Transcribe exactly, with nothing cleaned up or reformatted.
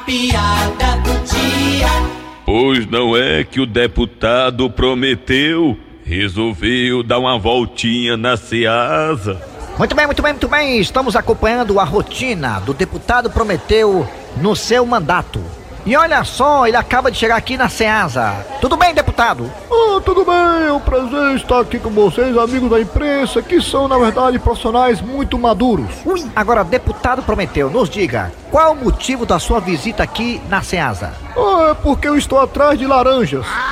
piada do dia. Pois não é que o deputado Prometeu resolveu dar uma voltinha na Ceasa? Muito bem, muito bem, muito bem. Estamos acompanhando a rotina do deputado Prometeu no seu mandato. E olha só, ele acaba de chegar aqui na Ceasa. Tudo bem, deputado? Ah, tudo bem, é um prazer estar aqui com vocês, amigos da imprensa, que são, na verdade, profissionais muito maduros. Ui. Agora, deputado Prometeu, nos diga, qual o motivo da sua visita aqui na Ceasa? Ah, é porque eu estou atrás de laranjas.